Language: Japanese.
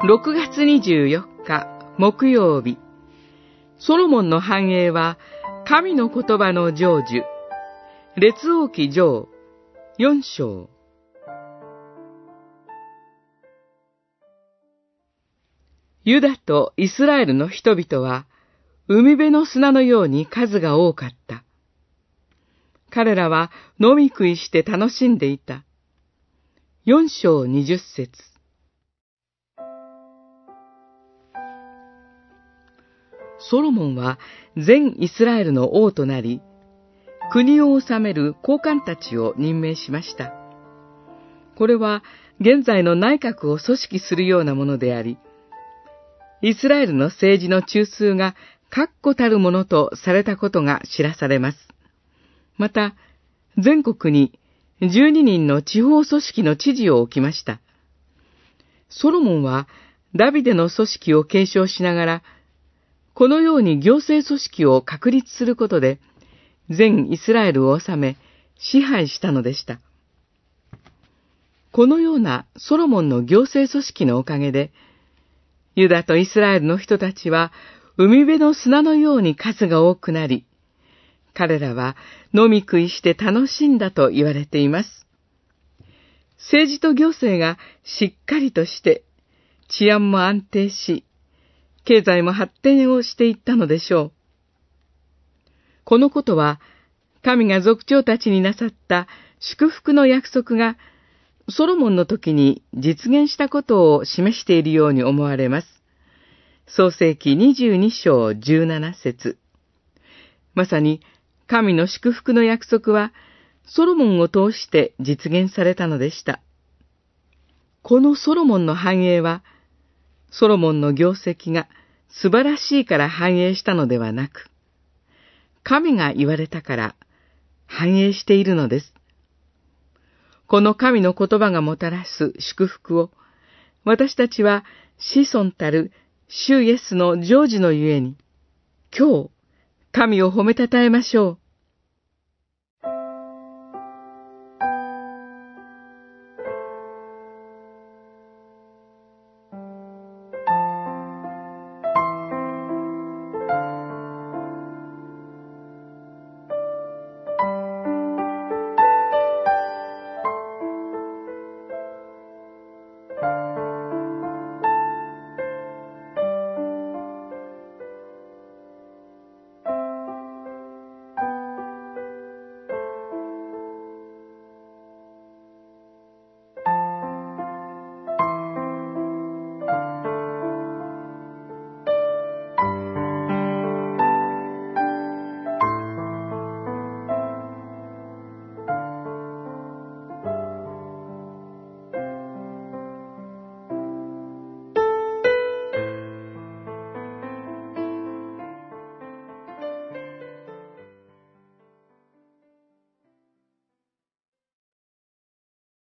6月24日木曜日、ソロモンの繁栄は神の言葉の成就。列王記上4章。ユダとイスラエルの人々は海辺の砂のように数が多かった。彼らは飲み食いして楽しんでいた。4章20節。ソロモンは全イスラエルの王となり、国を治める高官たちを任命しました。これは現在の内閣を組織するようなものであり、イスラエルの政治の中枢が確固たるものとされたことが知らされます。また、全国に12人の地方組織の知事を置きました。ソロモンはダビデの組織を継承しながら、このように行政組織を確立することで、全イスラエルを治め、支配したのでした。このようなソロモンの行政組織のおかげで、ユダとイスラエルの人たちは、海辺の砂のように数が多くなり、彼らは飲み食いして楽しんだと言われています。政治と行政がしっかりとして、治安も安定し、経済も発展をしていったのでしょう。このことは、神が族長たちになさった祝福の約束が、ソロモンの時に実現したことを示しているように思われます。創世記22章17節。まさに、神の祝福の約束は、ソロモンを通して実現されたのでした。このソロモンの繁栄は、ソロモンの業績が素晴らしいから繁栄したのではなく、神が言われたから繁栄しているのです。この神の言葉がもたらす祝福を、私たちは子孫たる主イエスの成就のゆえに、今日、神を褒めたたえましょう。